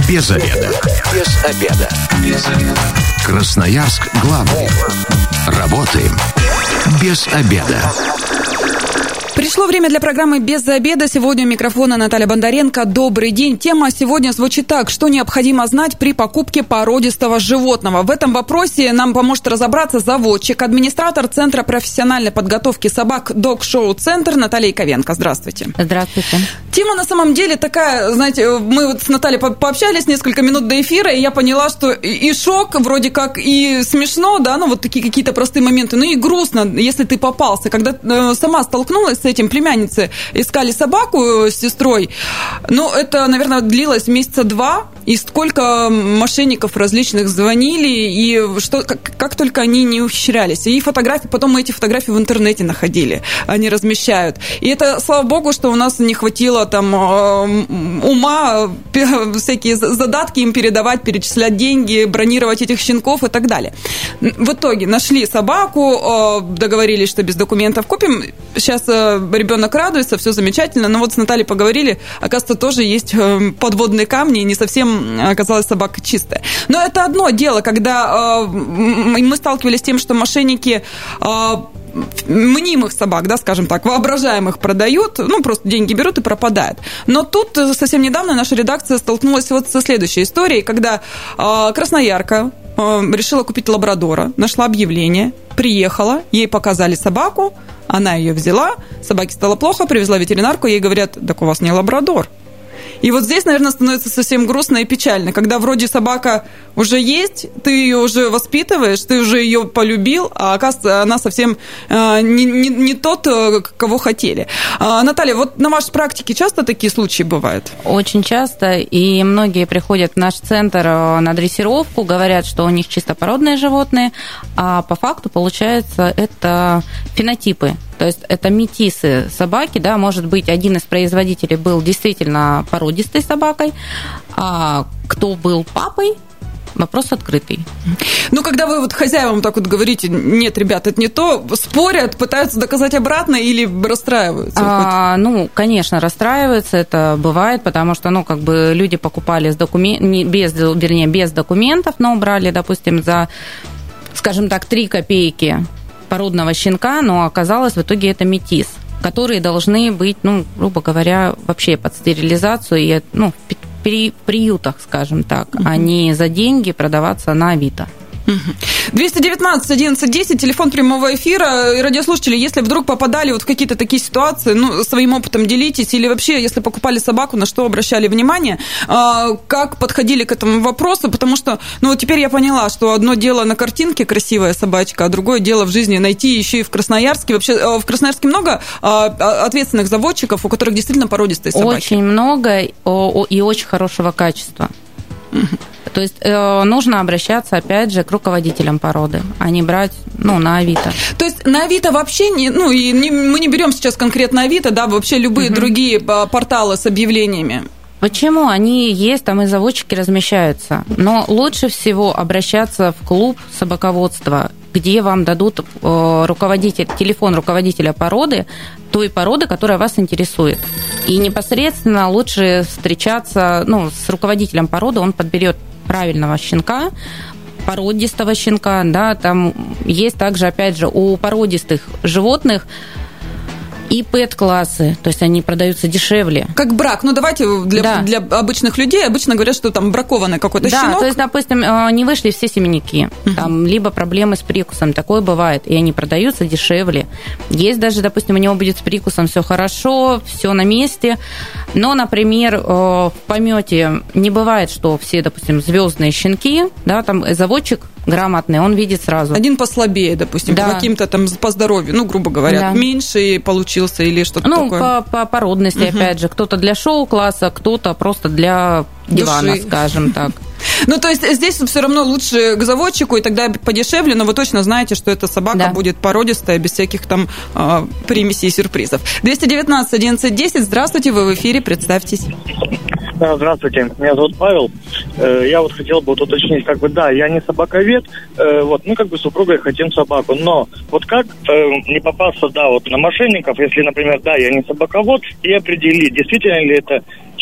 Без обеда. Без обеда. Без обеда. Красноярск главный. Работаем без обеда. Пришло время для программы «Без обеда». Сегодня у микрофона Наталья Бондаренко. Добрый день. Тема сегодня звучит так. Что необходимо знать при покупке породистого животного? В этом вопросе нам поможет разобраться заводчик, администратор Центра профессиональной подготовки собак Dog Show Center Наталья Яковенко. Здравствуйте. Здравствуйте. Тема на самом деле такая, знаете, мы вот с Натальей пообщались несколько минут до эфира, и я поняла, что и шок, вроде как, и смешно, да, ну вот такие какие-то простые моменты, ну и грустно, если ты попался. Когда сама столкнулась с этим, племянницы искали собаку с сестрой, ну, это, наверное, длилось месяца 2, и сколько мошенников различных звонили, и что, как только они не ухищрялись. И фотографии, потом мы эти фотографии в интернете находили, они размещают. И это, слава богу, что у нас не хватило там ума всякие задатки им передавать, перечислять деньги, бронировать этих щенков и так далее. В итоге нашли собаку, договорились, что без документов купим. Сейчас ребенок радуется, все замечательно, но вот с Натальей поговорили, оказывается, тоже есть подводные камни, и не совсем оказалась собака чистая. Но это одно дело, когда мы сталкивались с тем, что мошенники мнимых собак, да, скажем так, воображаемых продают, ну, просто деньги берут и пропадают. Но тут совсем недавно наша редакция столкнулась вот со следующей историей, когда красноярка решила купить лабрадора, нашла объявление, приехала, ей показали собаку, она ее взяла, собаке стало плохо, привезла ветеринарку, ей говорят, так у вас не лабрадор. И вот здесь, наверное, становится совсем грустно и печально, когда вроде собака уже есть, ты ее уже воспитываешь, ты уже ее полюбил, а оказывается, она совсем не тот, кого хотели. Наталья, вот на вашей практике часто такие случаи бывают? Очень часто, и многие приходят в наш центр на дрессировку, говорят, что у них чистопородные животные, а по факту, получается, это фенотипы. То есть это метисы собаки, да, может быть, один из производителей был действительно породистой собакой, а кто был папой, вопрос открытый. Ну, когда вы вот хозяевам так вот говорите, нет, ребят, это не то, спорят, пытаются доказать обратно или расстраиваются? Ну, конечно, расстраиваются, это бывает, потому что, ну, как бы люди покупали без документов, но брали, допустим, за, скажем так, 3 копейки породного щенка, но оказалось в итоге это метис, которые должны быть, ну, грубо говоря, вообще под стерилизацию и, ну, в приютах, скажем так, а не за деньги продаваться на Авито. 219-11-10, телефон прямого эфира. И радиослушатели, если вдруг попадали вот в какие-то такие ситуации, ну, своим опытом делитесь, или вообще, если покупали собаку, на что обращали внимание, как подходили к этому вопросу, потому что, ну, вот теперь я поняла, что одно дело на картинке красивая собачка, а другое дело в жизни найти еще и в Красноярске. Вообще, в Красноярске много ответственных заводчиков, у которых действительно породистые собаки? Очень много и очень хорошего качества. То есть нужно обращаться, опять же, к руководителям породы, а не брать, ну, на Авито. То есть на Авито вообще не, ну, и мы не берем сейчас конкретно Авито, да, вообще любые другие порталы с объявлениями. Почему? Они есть, там и заводчики размещаются. Но лучше всего обращаться в клуб собаководства, где вам дадут телефон руководителя породы, той породы, которая вас интересует. И непосредственно лучше встречаться, ну, с руководителем породы, он подберет правильного щенка, породистого щенка, да, там есть также, опять же, у породистых животных и пэт-классы, то есть они продаются дешевле. Как брак, ну давайте для обычных людей, обычно говорят, что там бракованный какой-то щенок. Да, то есть, допустим, не вышли все семенники, там, либо проблемы с прикусом, такое бывает, и они продаются дешевле. Есть даже, допустим, у него будет с прикусом все хорошо, все на месте, но, например, в помете не бывает, что все, допустим, звездные щенки, да, там заводчик грамотный, он видит сразу. Один послабее, допустим, по каким-то там по здоровью, ну, грубо говоря, меньше и получился или что-то такое. Ну, по породности, опять же, кто-то для шоу-класса, кто-то просто для дивана, души, скажем так. Ну, то есть здесь все равно лучше к заводчику, и тогда подешевле, но вы точно знаете, что эта собака будет породистая, без всяких там примесей и сюрпризов. 219-11-10, здравствуйте, вы в эфире, представьтесь. Да, здравствуйте, меня зовут Павел. Я вот хотел бы уточнить, как бы, да, я не собаковед, вот, мы как бы с супругой хотим собаку, но вот как не попасться, да, вот на мошенников, если, например, да, я не собаковод, и определить, действительно ли это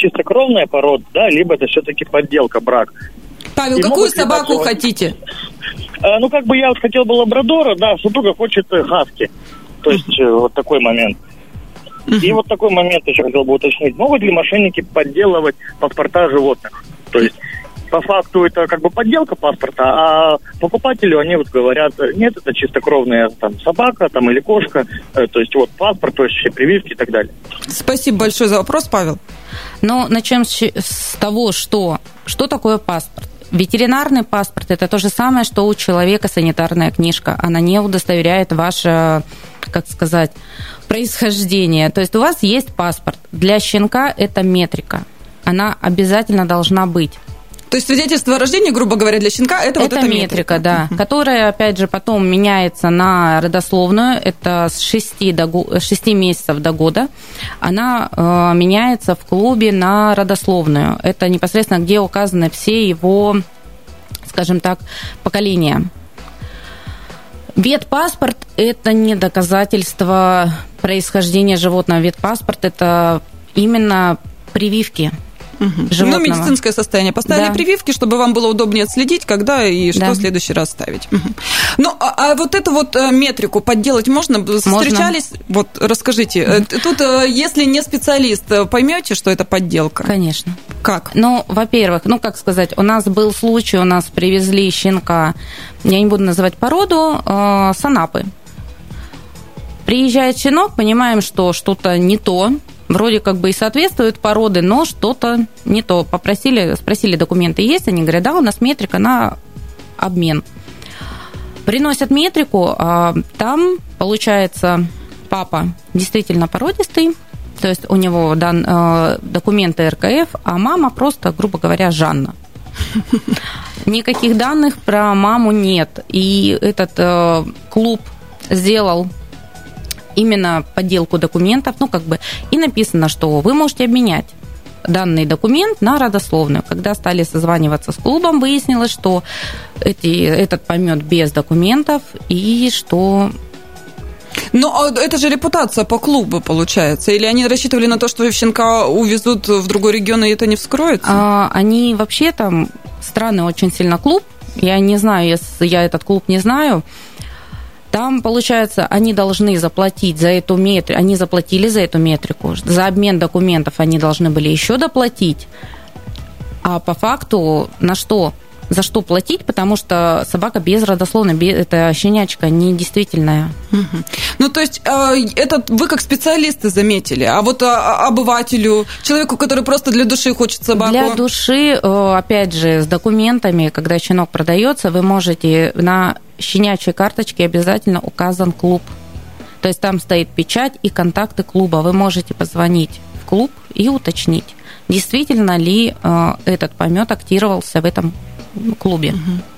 чистокровная порода, да, либо это все-таки подделка, брак. Павел, И какую могут ли собаку так, хотите? Ну, как бы я вот хотел бы лабрадора, да, супруга хочет хаски. То есть вот такой момент. И вот такой момент еще хотел бы уточнить. Могут ли мошенники подделывать паспорта животных? То есть по факту это как бы подделка паспорта, а покупателю они вот говорят, нет, это чистокровная там собака там или кошка, то есть вот паспорт, то есть все прививки и так далее. Спасибо большое за вопрос, Павел. Ну, начнем с того, что такое паспорт. Ветеринарный паспорт – это то же самое, что у человека санитарная книжка. Она не удостоверяет ваше, как сказать, происхождение. То есть у вас есть паспорт. Для щенка это метрика. Она обязательно должна быть. То есть свидетельство о рождении, грубо говоря, для щенка – это вот эта метрика, да, которая, опять же, потом меняется на родословную. Это с 6 месяцев до года. Она меняется в клубе на родословную. Это непосредственно, где указаны все его, скажем так, поколения. Ветпаспорт – это не доказательство происхождения животного. Ветпаспорт – это именно прививки. Ну, медицинское состояние. Поставили прививки, чтобы вам было удобнее отследить, когда и что в следующий раз ставить. Ну, а вот эту вот метрику подделать можно? Встречались? Вот, расскажите. Тут, если не специалист, поймете, что это подделка? Конечно. Как? Ну, во-первых, как сказать, у нас был случай, у нас привезли щенка, я не буду называть породу, с Анапы. Приезжает щенок, понимаем, что что-то не то, вроде как бы и соответствует породы, но что-то не то. Спросили, документы есть? Они говорят, да, у нас метрика на обмен. Приносят метрику, а там, получается, папа действительно породистый, то есть у него документы РКФ, а мама просто, грубо говоря, Жанна. Никаких данных про маму нет. И этот клуб сделал именно подделку документов, и написано, что вы можете обменять данный документ на родословную. Когда стали созваниваться с клубом, выяснилось, что этот помет без документов, и что... Ну, это же репутация по клубу, получается. Или они рассчитывали на то, что щенка увезут в другой регион, и это не вскроется? Они вообще там, странный очень сильно клуб. Я не знаю, если я этот клуб не знаю. Там, получается, они должны заплатить за эту метрику, они заплатили за эту метрику, за обмен документов они должны были еще доплатить, а по факту за что платить, потому что собака без родословной, это щенячка не действительная. Ну, то есть, это вы как специалисты заметили, а вот обывателю, человеку, который просто для души хочет собаку? Для души, опять же, с документами, когда щенок продается, вы можете на щенячьей карточке обязательно указан клуб. То есть там стоит печать и контакты клуба. Вы можете позвонить в клуб и уточнить, действительно ли этот помет актировался в этом клубе.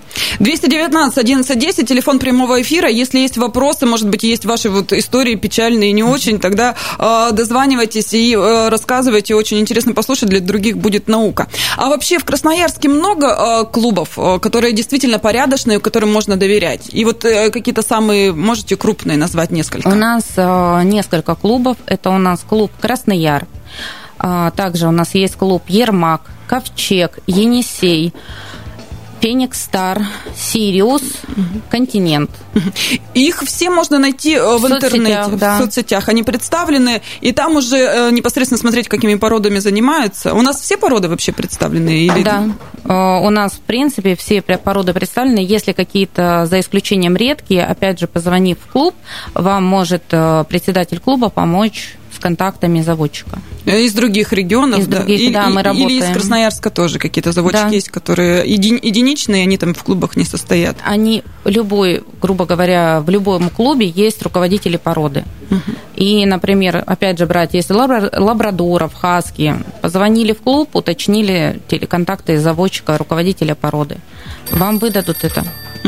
219-11-10, телефон прямого эфира. Если есть вопросы, может быть, есть ваши вот истории печальные и не очень, тогда дозванивайтесь и рассказывайте. Очень интересно послушать, для других будет наука. А вообще в Красноярске много клубов, которые действительно порядочные, которым можно доверять? И вот какие-то самые, можете крупные назвать несколько? У нас несколько клубов. Это у нас клуб «Краснояр». Также у нас есть клуб «Ермак», «Ковчег», «Енисей», «Феникс Стар», «Сириус», «Континент». Их все можно найти в интернете, в соцсетях. Они представлены, и там уже непосредственно смотреть, какими породами занимаются. У нас все породы вообще представлены? Да, у нас, в принципе, все породы представлены. Если какие-то, за исключением редкие, опять же, позвонив в клуб, вам может председатель клуба помочь с контактами заводчика. Из других регионов? Из других, да, мы работаем. Или из Красноярска тоже какие-то заводчики есть, которые единичные, они там в клубах не состоят? Они любой, грубо говоря, в любом клубе есть руководители породы. И, например, опять же, брать, если лабрадоров, хаски, позвонили в клуб, уточнили контакты заводчика, руководителя породы. Вам выдадут это.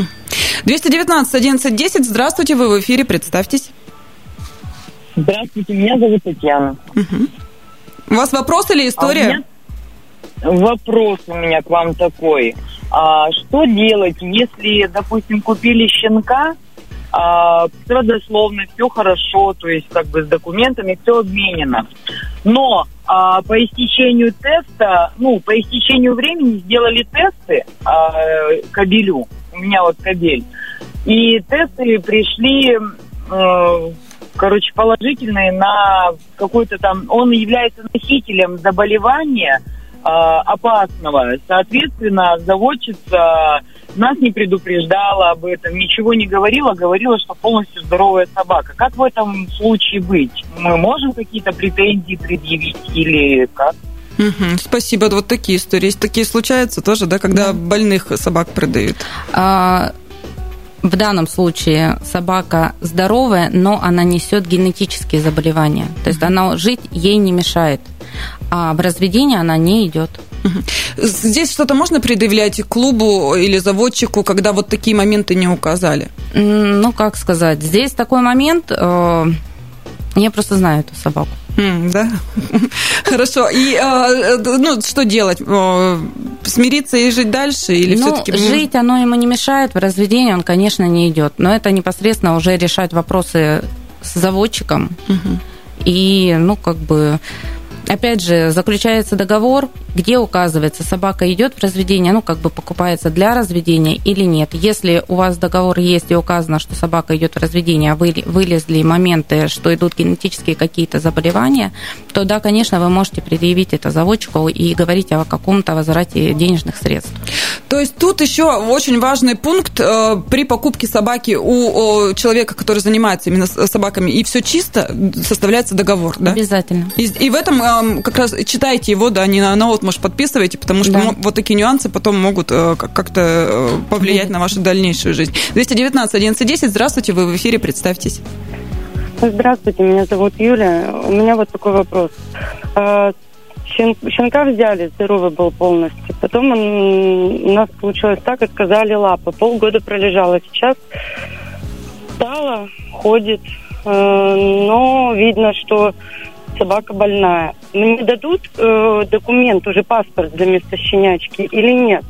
219-11-10, здравствуйте, вы в эфире, представьтесь. Здравствуйте, меня зовут Татьяна. У вас вопрос или история? Вопрос у меня к вам такой. Что делать, если, допустим, купили щенка, родословно, все хорошо, то есть как бы с документами все обменено, но по истечению теста, по истечению времени сделали тесты кобелю. У меня вот кобель. И тесты пришли, положительные на какой-то там... Он является носителем заболевания опасного. Соответственно, заводчица нас не предупреждала об этом, ничего не говорила, говорила, что полностью здоровая собака. Как в этом случае быть? Мы можем какие-то претензии предъявить или как? Спасибо. Вот такие истории. Такие случаются тоже, да, когда больных собак продают? В данном случае собака здоровая, но она несет генетические заболевания. То есть она жить ей не мешает, а в разведение она не идет. Здесь что-то можно предъявлять клубу или заводчику, когда вот такие моменты не указали? Как сказать, здесь такой момент, я просто знаю эту собаку. Да? Хорошо. И что делать? Смириться и жить дальше? Или все-таки... Жить оно ему не мешает, в разведение он, конечно, не идет. Но это непосредственно уже решать вопросы с заводчиком. И, опять же, заключается договор, где указывается, собака идет в разведение, покупается для разведения или нет. Если у вас договор есть и указано, что собака идет в разведение, а вылезли моменты, что идут генетические какие-то заболевания, то да, конечно, вы можете предъявить это заводчику и говорить о каком-то возврате денежных средств. То есть тут еще очень важный пункт при покупке собаки у человека, который занимается именно собаками, и все чисто, составляется договор, да? Обязательно. И в этом как раз читайте его, да, не на может, подписывайте, потому что вот такие нюансы потом могут как-то повлиять на вашу дальнейшую жизнь. 219-11-10, здравствуйте, вы в эфире, представьтесь. Здравствуйте, меня зовут Юля. У меня вот такой вопрос. Щенка взяли, здоровый был полностью. Потом у нас получилось так, отказали лапы. Полгода пролежала. Сейчас встала, ходит, но видно, что собака больная. Мне дадут документ, уже паспорт для места щенячки или нет?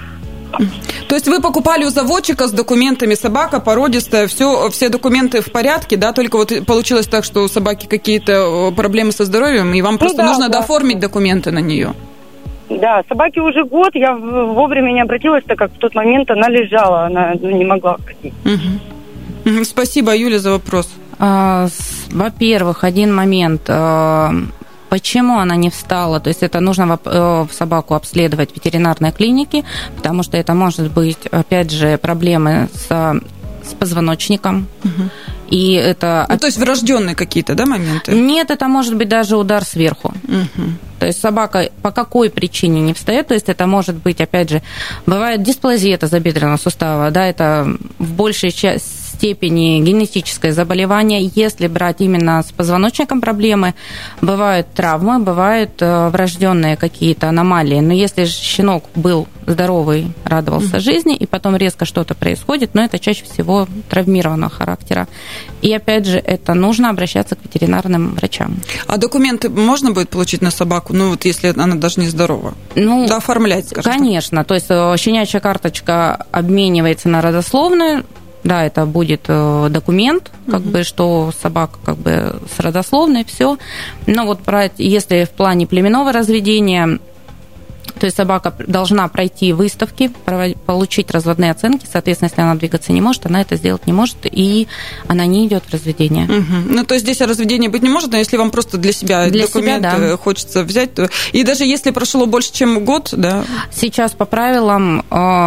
То есть вы покупали у заводчика с документами, собака породистая, все документы в порядке, да, только вот получилось так, что у собаки какие-то проблемы со здоровьем, и вам просто нужно дооформить документы на нее. Да, собаке уже год, я вовремя не обратилась, так как в тот момент она лежала, она не могла ходить. Спасибо, Юля, за вопрос. Во-первых, один момент. Почему она не встала? То есть это нужно собаку обследовать в ветеринарной клинике, потому что это может быть, опять же, проблемы с позвоночником. И это... то есть врожденные какие-то, да, моменты? Нет, это может быть даже удар сверху. То есть собака по какой причине не встает, то есть это может быть, опять же, бывает дисплазия тазобедренного сустава, да, это в большей степени генетическое заболевание. Если брать именно с позвоночником проблемы, бывают травмы, бывают врожденные какие-то аномалии. Но если щенок был здоровый, радовался жизни, и потом резко что-то происходит, но это чаще всего травмированного характера. И опять же, это нужно обращаться к ветеринарным врачам. А документы можно будет получить на собаку, если она даже не здорова? Да, оформлять, скажем. Конечно. То есть щенячья карточка обменивается на родословную. Да, это будет документ, что собака с родословной, все. Но вот если в плане племенного разведения, то есть собака должна пройти выставки, получить разводные оценки, соответственно, если она двигаться не может, она это сделать не может, и она не идет в разведение. То есть здесь разведения быть не может, но если вам просто для себя документы хочется взять, то... И даже если прошло больше, чем год, да? Сейчас по правилам...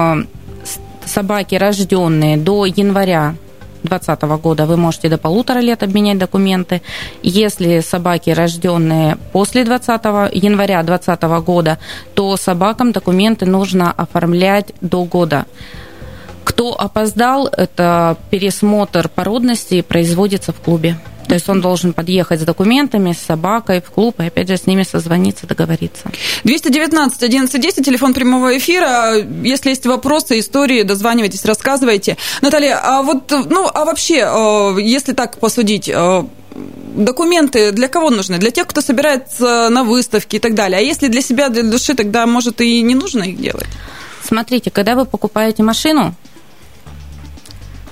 собаки, рожденные до января 2020 года, вы можете до 1,5 лет обменять документы. Если собаки, рожденные после января 2020 года, то собакам документы нужно оформлять до года. Кто опоздал, это пересмотр породности производится в клубе. То есть он должен подъехать с документами, с собакой в клуб, и опять же с ними созвониться, договориться. 219-11-10, телефон прямого эфира. Если есть вопросы, истории, дозванивайтесь, рассказывайте. Наталья, а вообще, если так посудить, документы для кого нужны? Для тех, кто собирается на выставки и так далее. А если для себя, для души, тогда, может, и не нужно их делать? Смотрите, когда вы покупаете машину,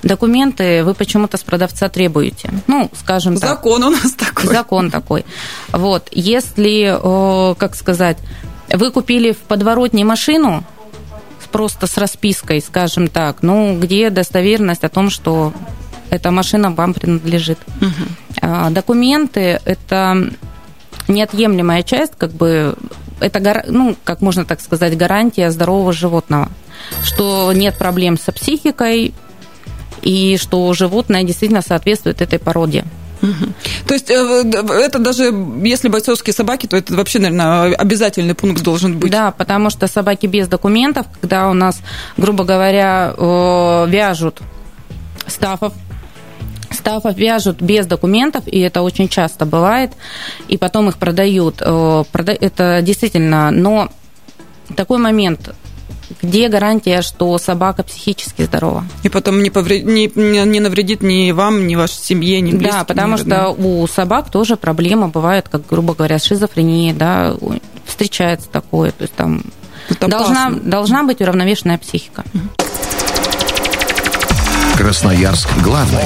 Документы вы почему-то с продавца требуете. Ну, скажем так. Закон у нас такой. Закон такой. Вот. Если, как сказать, вы купили в подворотне машину, просто с распиской, скажем так, ну, где достоверность о том, что эта машина вам принадлежит. Документы – это неотъемлемая часть, как бы, это, ну, как можно так сказать, гарантия здорового животного, что нет проблем со психикой и что животное действительно соответствует этой породе. То есть это даже если бойцовские собаки, то это вообще, наверное, обязательный пункт должен быть. Да, потому что собаки без документов, когда у нас, грубо говоря, вяжут стафов вяжут без документов, и это очень часто бывает, и потом их продают. Это действительно, но такой момент, где гарантия, что собака психически здорова? И потом не навредит ни вам, ни вашей семье, ни близким. Да, потому что у собак тоже проблемы бывают, как, грубо говоря, с шизофренией, да, встречается такое, то есть там должна быть уравновешенная психика. Красноярск главный.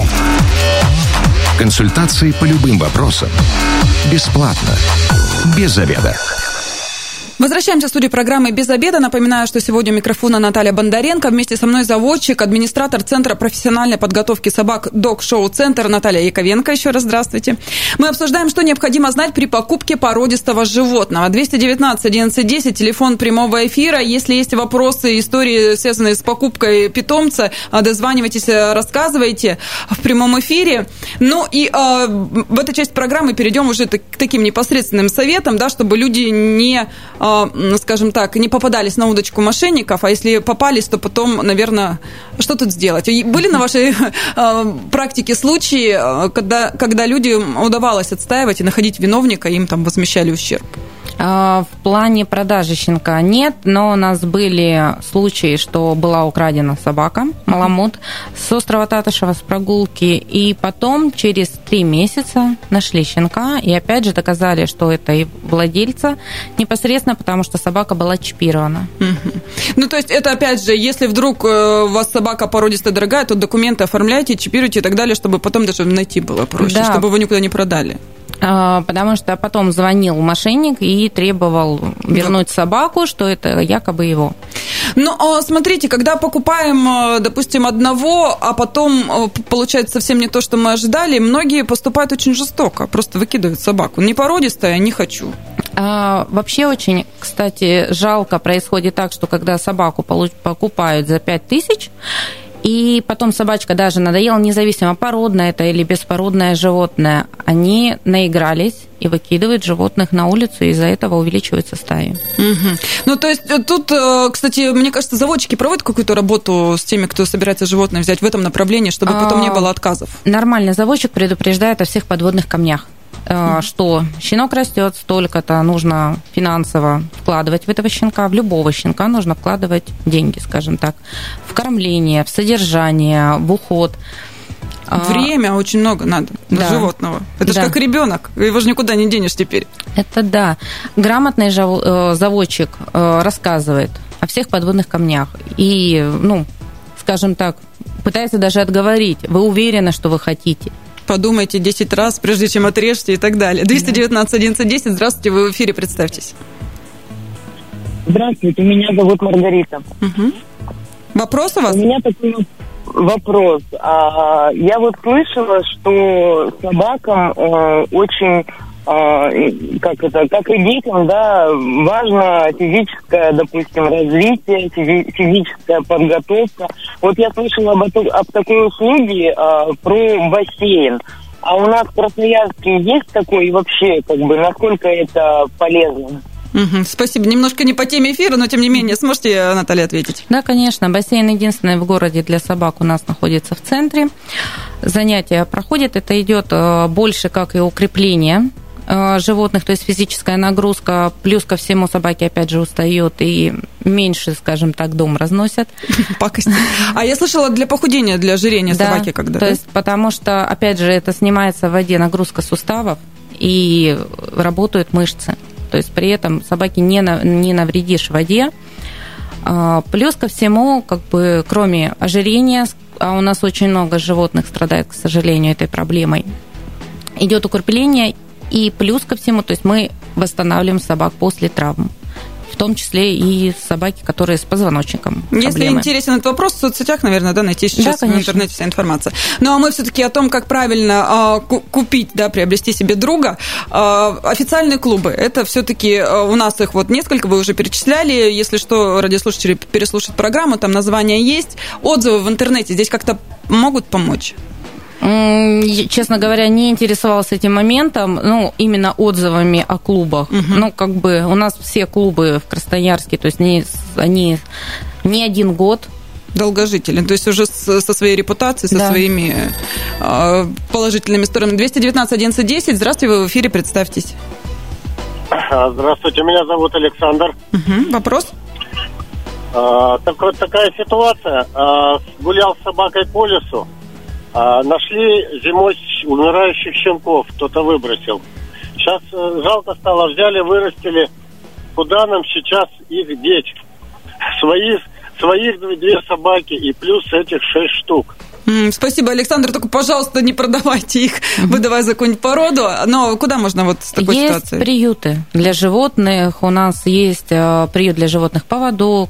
Консультации по любым вопросам. Бесплатно. Без заведа. Возвращаемся в студию программы «Без обеда». Напоминаю, что сегодня у микрофона Наталья Бондаренко. Вместе со мной заводчик, администратор Центра профессиональной подготовки собак Dog Show Center Наталья Яковенко. Еще раз здравствуйте. Мы обсуждаем, что необходимо знать при покупке породистого животного. 219-11-10, телефон прямого эфира. Если есть вопросы, истории, связанные с покупкой питомца, дозванивайтесь, рассказывайте в прямом эфире. Ну и в этой части программы перейдем уже к таким непосредственным советам, да, чтобы люди не... скажем так, не попадались на удочку мошенников, а если попались, то потом, наверное, что тут сделать? Были на вашей практике случаи, когда людям удавалось отстаивать и находить виновника, им там возмещали ущерб? В плане продажи щенка нет, но у нас были случаи, что была украдена собака, маламут, с острова Татышева, с прогулки, и потом через 3 месяца нашли щенка, и опять же доказали, что это и владельца непосредственно, потому что собака была чипирована. Ну, то есть это, опять же, если вдруг у вас собака породистая дорогая, то документы оформляйте, чипируйте и так далее, чтобы потом даже найти было проще, да. Чтобы вы никуда не продали. Потому что потом звонил мошенник и требовал вернуть собаку, что это якобы его. Ну, смотрите, когда покупаем, допустим, одного, а потом получается совсем не то, что мы ожидали, многие поступают очень жестоко, просто выкидывают собаку. Не породистая, не хочу. Вообще очень, кстати, жалко происходит так, что когда собаку покупают за 5000, и потом собачка даже надоела, независимо, породное это или беспородное животное, они наигрались и выкидывают животных на улицу, и из-за этого увеличиваются стаи. Ну, то есть тут, кстати, мне кажется, заводчики проводят какую-то работу с теми, кто собирается животное взять в этом направлении, чтобы потом не было отказов? Нормально, заводчик предупреждает о всех подводных камнях. Что щенок растет, столько-то нужно финансово вкладывать в этого щенка, в любого щенка нужно вкладывать деньги, скажем так, в кормление, в содержание, в уход. Время очень много надо для животного. Это же как ребенок, его же никуда не денешь теперь. Это да. Грамотный заводчик рассказывает о всех подводных камнях и, ну, скажем так, пытается даже отговорить. Вы уверены, что вы хотите? Подумайте 10 раз, прежде чем отрежьте и так далее. 219-11-10, здравствуйте, вы в эфире, представьтесь. Здравствуйте, меня зовут Маргарита. Вопрос у вас? У меня такой вопрос. Я вот слышала, что собакам очень, как и детям, да, важно физическое, допустим, развитие, физическая подготовка. Вот я слышала об такой услуге про бассейн. А у нас в Красноярске есть такой, и вообще, как бы, насколько это полезно? Спасибо. Немножко не по теме эфира, но тем не менее, сможете, Наталья, ответить? Да, конечно. Бассейн единственный в городе для собак у нас находится в центре. Занятия проходят. Это идет больше как и укрепление животных, то есть физическая нагрузка, плюс ко всему собаки опять же устают и меньше, скажем так, дом разносят. Пакости. А я слышала, для похудения, для ожирения собаки когда? То есть, потому что, опять же, это снимается в воде нагрузка суставов и работают мышцы. То есть при этом собаке не навредишь в воде. Плюс ко всему, как бы, кроме ожирения, а у нас очень много животных страдает, к сожалению, этой проблемой, идет укрепление, и плюс ко всему, то есть мы восстанавливаем собак после травм, в том числе и собаки, которые с позвоночником. Если проблемы. интересен этот вопрос, в соцсетях, наверное, да, найти сейчас в интернете вся информация. Ну, а мы все-таки о том, как правильно купить, да, приобрести себе друга. Официальные клубы, это все-таки у нас их вот несколько, вы уже перечисляли. Если что, радиослушатели переслушают программу, там название есть. Отзывы в интернете здесь как-то могут помочь? Честно говоря, не интересовалась этим моментом, ну, именно отзывами о клубах. Ну, как бы у нас все клубы в Красноярске, то есть они не один год. Долгожители, то есть уже со своей репутацией, со своими положительными сторонами. 219-11-10, здравствуйте, вы в эфире, представьтесь. Здравствуйте, меня зовут Александр. Вопрос? Такая ситуация. Гулял с собакой по лесу. Нашли зимой умирающих щенков, кто-то выбросил. Сейчас жалко стало, взяли, вырастили. Куда нам сейчас их деть? Своих 2 собаки и плюс этих 6 штук. Спасибо, Александр, только, пожалуйста, не продавайте их, выдавая за какую-нибудь породу. Но куда можно вот с такой ситуацией? Есть приюты для животных. У нас есть приют для животных «Поводок».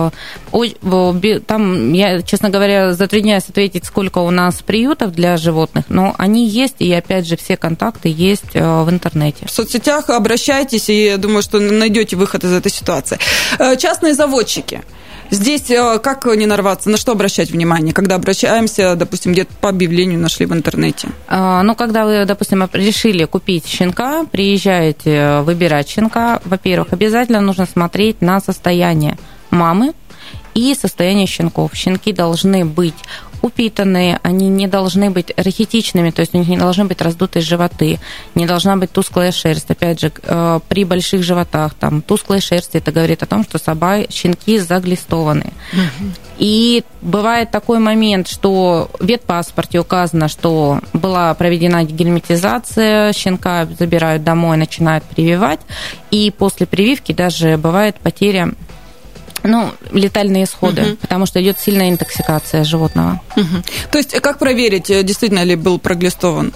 Там, я, честно говоря, затрудняюсь ответить, сколько у нас приютов для животных, но они есть, и, опять же, все контакты есть в интернете. В соцсетях обращайтесь, и я думаю, что найдете выход из этой ситуации. Частные заводчики. Здесь как не нарваться, на что обращать внимание, когда обращаемся, допустим, где-то по объявлению нашли в интернете? Ну, когда вы, допустим, решили купить щенка, приезжаете выбирать щенка, во-первых, обязательно нужно смотреть на состояние мамы и состояние щенков. Щенки должны быть упитанные, они не должны быть рахитичными, то есть у них не должны быть раздутые животы, не должна быть тусклая шерсть. Опять же, при больших животах, там, тусклая шерсть, это говорит о том, что щенки заглистованы. И бывает такой момент, что в ветпаспорте указано, что была проведена герметизация, щенка забирают домой, начинают прививать, и после прививки даже бывает потеря, летальные исходы, потому что идет сильная интоксикация животного. То есть, как проверить, действительно ли был проглистован?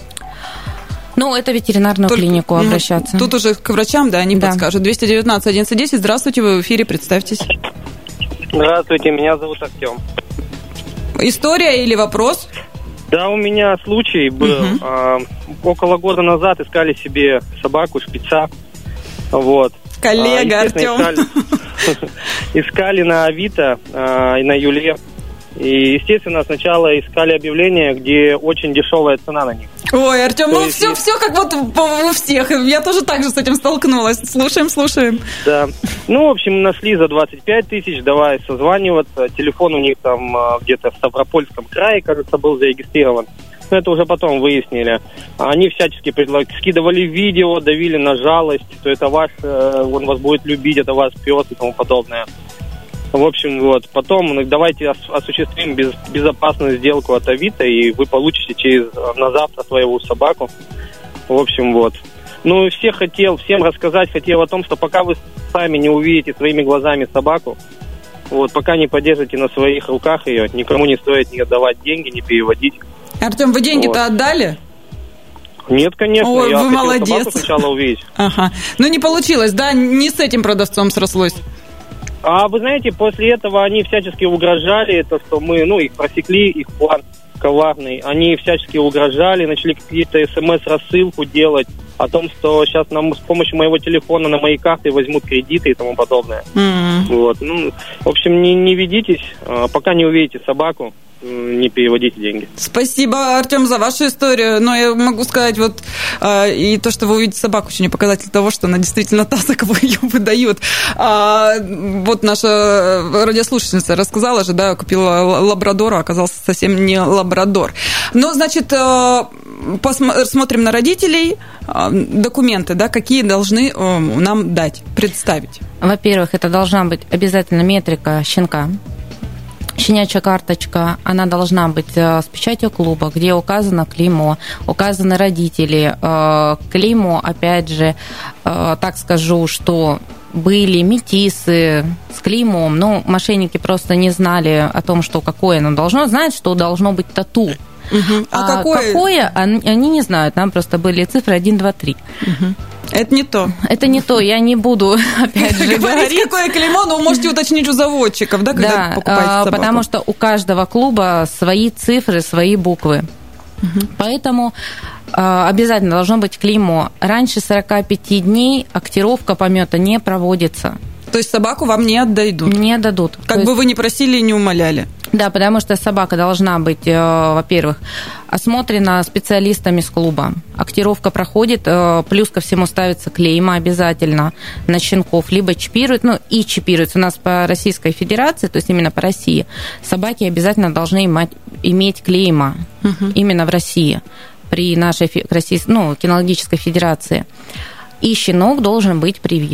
Это ветеринарную клинику обращаться. Тут уже к врачам, да, они подскажут. 219-11-10, здравствуйте, вы в эфире, представьтесь. Здравствуйте, меня зовут Артем. История или вопрос? Да, у меня случай был. Около года назад искали себе собаку, шпица. Вот. Коллега Артем. Искали на Авито и на Юле. И, естественно, сначала искали объявления, где очень дешевая цена на них. Ой, Артем, все как вот у всех. Я тоже так же с этим столкнулась. Слушаем. Да. В общем, нашли за 25 тысяч, давай созваниваться. Телефон у них там где-то в Ставропольском крае, кажется, был зарегистрирован. Но это уже потом выяснили. Они всячески скидывали видео, давили на жалость, что это он вас будет любить, это ваш пес и тому подобное. В общем, потом давайте осуществим безопасную сделку от Авито, и вы получите на завтра своего собаку. В общем, всем рассказать хотел о том, что пока вы сами не увидите своими глазами собаку, пока не подержите на своих руках ее, никому не стоит не отдавать деньги, не переводить. Артем, вы деньги-то отдали? Нет, конечно. Ой, я вы хотел молодец. собаку сначала увидеть. Ага. Не получилось, да? Не с этим продавцом срослось? А вы знаете, после этого они всячески угрожали, что мы, их просекли, их план коварный. Они всячески угрожали, начали какие-то смс-рассылку делать о том, что сейчас с помощью моего телефона на мои карты возьмут кредиты и тому подобное. В общем, не ведитесь, пока не увидите собаку, не переводите деньги. Спасибо, Артем, за вашу историю. Но я могу сказать, и то, что вы увидите собаку, еще не показатель того, что она действительно та, за кого ее выдают. Наша радиослушательница рассказала же, да, купила лабрадора, оказался совсем не лабрадор. Значит, посмотрим на родителей. Документы, да, какие должны нам дать, представить? Во-первых, это должна быть обязательно метрика щенка. Щенячья карточка, она должна быть с печатью клуба, где указано клеймо, указаны родители. Клеймо, опять же, так скажу, что были метисы с клеймом, но мошенники просто не знали о том, что какое оно должно, знают, что должно быть тату. А какое, они не знают, нам просто были цифры 1, 2, 3. Это не то. Это не то, я не буду, опять же, говорить. Какое клеймо, но вы можете уточнить у заводчиков, да, когда покупаете собаку? Потому что у каждого клуба свои цифры, свои буквы. Поэтому обязательно должно быть клеймо. Раньше 45 дней актировка помета не проводится. То есть собаку вам не отдадут? Не отдадут. Как бы вы ни просили и не умоляли. Да, потому что собака должна быть, во-первых, осмотрена специалистами с клуба. Актировка проходит, плюс ко всему ставится клейма обязательно на щенков, либо чипируют, и чипируются. У нас по Российской Федерации, то есть именно по России, собаки обязательно должны иметь клейма именно в России при нашей кинологической федерации. И щенок должен быть привит.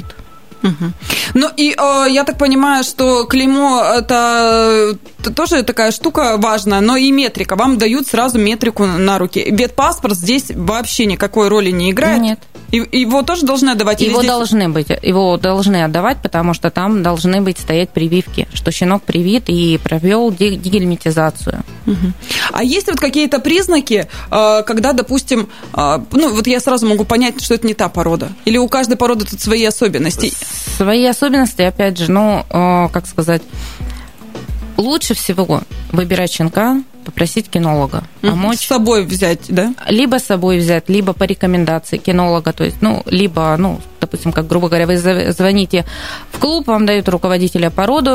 Ну и я так понимаю, что клеймо это тоже такая штука важная, но и метрика. Вам дают сразу метрику на руки. Ветпаспорт здесь вообще никакой роли не играет? Нет. Его тоже должны отдавать? Его должны отдавать, потому что там должны быть стоять прививки, что щенок привит и провел дегельминтизацию. А есть вот какие-то признаки, когда, допустим, вот я сразу могу понять, что это не та порода? Или у каждой породы тут свои особенности? Свои особенности, опять же, как сказать, лучше всего выбирать щенка, попросить кинолога помочь. С собой взять, да? Либо с собой взять, либо по рекомендации кинолога, то есть, либо, допустим, как, грубо говоря, вы звоните в клуб, вам дают руководителя породы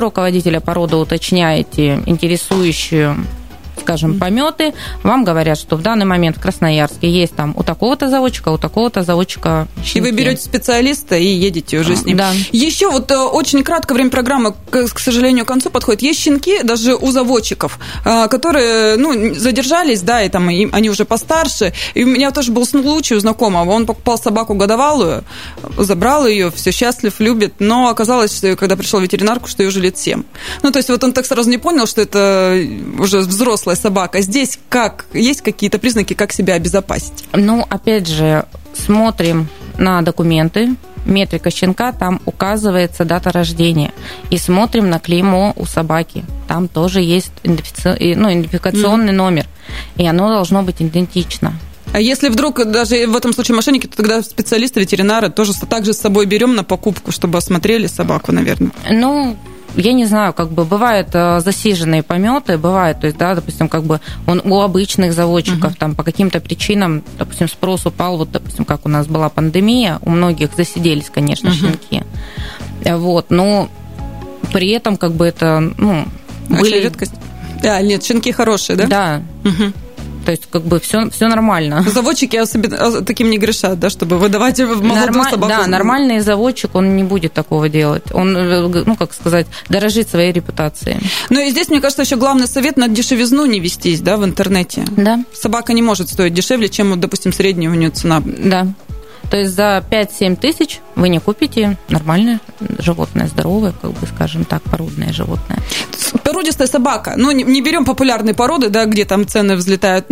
уточняете интересующую, скажем, пометы, вам говорят, что в данный момент в Красноярске есть там у такого-то заводчика щенки. И вы берете специалиста и едете уже с ним. Да. Еще очень кратко, время программы, к сожалению, к концу подходит. Есть щенки даже у заводчиков, которые, задержались, да, и там они уже постарше. И у меня тоже был случай у знакомого. Он покупал собаку годовалую, забрал ее, все счастлив, любит, но оказалось, что когда пришел в ветеринарку, что ей уже лет 7. То есть вот он так сразу не понял, что это уже взрослая собака. Здесь есть какие-то признаки, как себя обезопасить? Опять же, смотрим на документы, метрика щенка, там указывается дата рождения. И смотрим на клеймо у собаки. Там тоже есть идентификационный номер. И оно должно быть идентично. А если вдруг даже в этом случае мошенники, то тогда специалисты, ветеринары тоже также с собой берем на покупку, чтобы осмотрели собаку, наверное? Я не знаю, бывают засиженные пометы, бывает, то есть, да, допустим, он у обычных заводчиков, там, по каким-то причинам, допустим, спрос упал, вот, допустим, как у нас была пандемия, у многих засиделись, конечно, щенки. Вот, но при этом, это, были... редкость? Нет, щенки хорошие, да? Да. То есть, все нормально. Заводчики особенно таким не грешат, да, чтобы выдавать молодую собаку. Да, нормальный заводчик, он не будет такого делать. Он, дорожит своей репутацией. И здесь, мне кажется, еще главный совет: на дешевизну не вестись, да, в интернете. Да. Собака не может стоить дешевле, чем, допустим, средняя у нее цена. Да. То есть за 5-7 тысяч вы не купите нормальное животное, здоровое, скажем так, породное животное. Породистая собака. Не берем популярные породы, да, где там цены взлетают.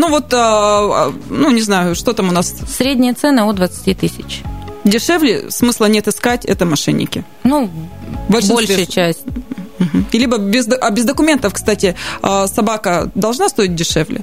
Не знаю, что там у нас. Средние цены от 20 тысяч. Дешевле смысла нет искать, это мошенники. Большая часть. И либо без документов, кстати, собака должна стоить дешевле?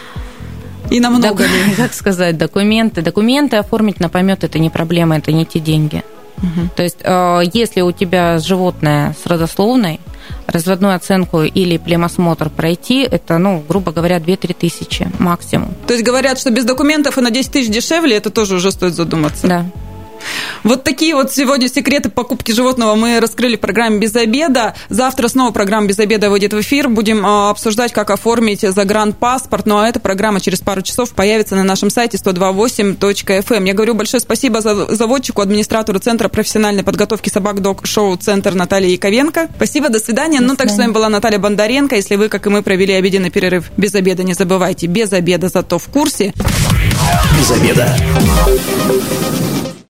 И намного ли? Как сказать, документы оформить на помет — это не проблема, это не те деньги. То есть, если у тебя животное с родословной, разводную оценку или племосмотр пройти, это, грубо говоря, 2-3 тысячи максимум. То есть говорят, что без документов и на 10 тысяч дешевле, это тоже уже стоит задуматься. Да. Вот такие вот сегодня секреты покупки животного мы раскрыли в программе «Без обеда». Завтра снова программа «Без обеда» выйдет в эфир. Будем обсуждать, как оформить загранпаспорт. А эта программа через пару часов появится на нашем сайте 128.fm. Я говорю большое спасибо заводчику, администратору Центра профессиональной подготовки собак Дог-шоу «Центр» Наталье Яковенко. Спасибо, до свидания. Так с вами была Наталья Бондаренко. Если вы, как и мы, провели обеденный перерыв без обеда, не забывайте, без обеда, зато в курсе. Без обеда.